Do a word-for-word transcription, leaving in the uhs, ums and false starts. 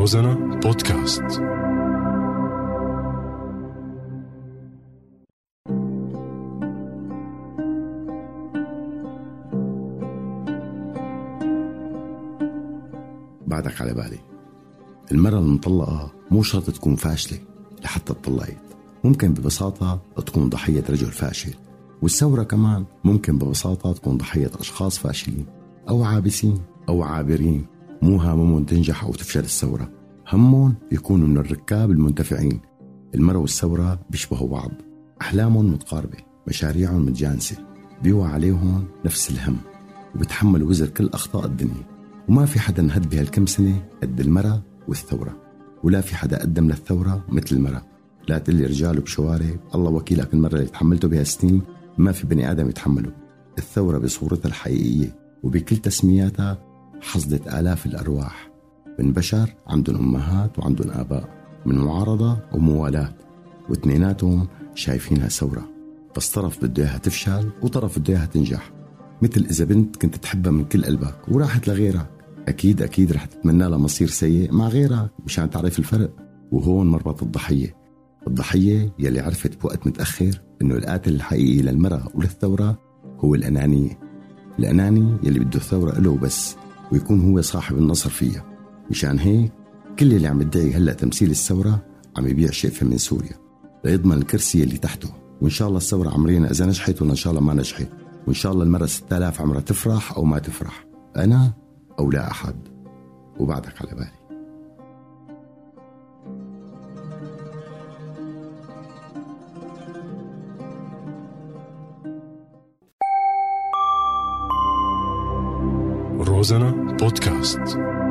روزانا بودكاست. بعدك على بالي، المرأة المطلقة مو شرط تكون فاشلة لحتى تطلقت، ممكن ببساطة تكون ضحية رجل فاشل. والثورة كمان ممكن ببساطة تكون ضحية أشخاص فاشلين أو عابسين أو عابرين، مو هامهم تنجح أو تفشل الثورة، همهم يكونوا من الركاب المنتفعين. المرأة والثورة بيشبهوا بعض، أحلامهم متقاربة، مشاريعهم متجانسة، بيوعى عليهم نفس الهم، وبتحملوا وزر كل أخطاء الدنيا. وما في حدا نهد بهالكم سنة قد المرأة والثورة، ولا في حدا قدم للثورة مثل المرأة. لا تقلي رجال بشوارع، الله وكيلك المرة اللي تحملته بها سنين ما في بني آدم يتحمله. الثورة بصورتها الحقيقية وبكل تسمياتها حصدت آلاف الأرواح من بشر عندهم أمهات وعندهم آباء، من معارضة وموالاة، واثنيناتهم شايفينها ثورة، بس طرف بده إياها تفشل وطرف بده إياها تنجح. مثل إذا بنت كنت تحبها من كل قلبك وراحت لغيرك، أكيد أكيد رح تتمنى لها مصير سيء مع غيرك مشان تعرف الفرق. وهون مربط الضحية، الضحية يلي عرفت بوقت متأخر إنه القاتل الحقيقي للمرأة وللثورة هو الأنانية. الأناني يلي بده الثورة له بس، ويكون هو صاحب النصر فيها. مشان هيك كل اللي عم يدعي هلأ تمثيل الثورة عم يبيع شقفة من سوريا ليضمن الكرسي اللي تحته. وإن شاء الله الثورة عمرينا إذا نجحت، وإن شاء الله ما نجحت، وإن شاء الله المرة ستة آلاف عمرها تفرح أو ما تفرح، أنا أو لا أحد. وبعدك على بالي. روزانا بودكاست.